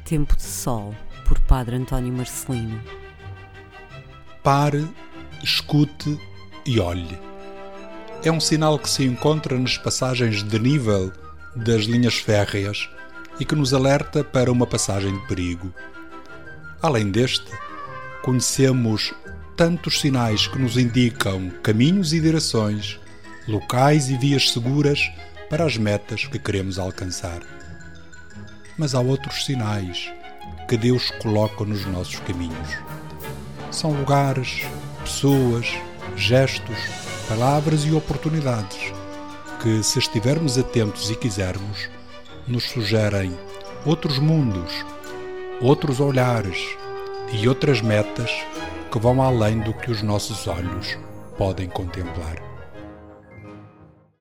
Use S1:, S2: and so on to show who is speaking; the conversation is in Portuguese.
S1: Tempo de Sol, por Padre António Marcelino.
S2: Pare, escute e olhe. É um sinal que se encontra nas passagens de nível das linhas férreas e que nos alerta para uma passagem de perigo. Além deste, conhecemos tantos sinais que nos indicam caminhos e direções, locais e vias seguras para as metas que queremos alcançar. Mas há outros sinais que Deus coloca nos nossos caminhos. São lugares, pessoas, gestos, palavras e oportunidades que, se estivermos atentos e quisermos, nos sugerem outros mundos, outros olhares e outras metas que vão além do que os nossos olhos podem contemplar.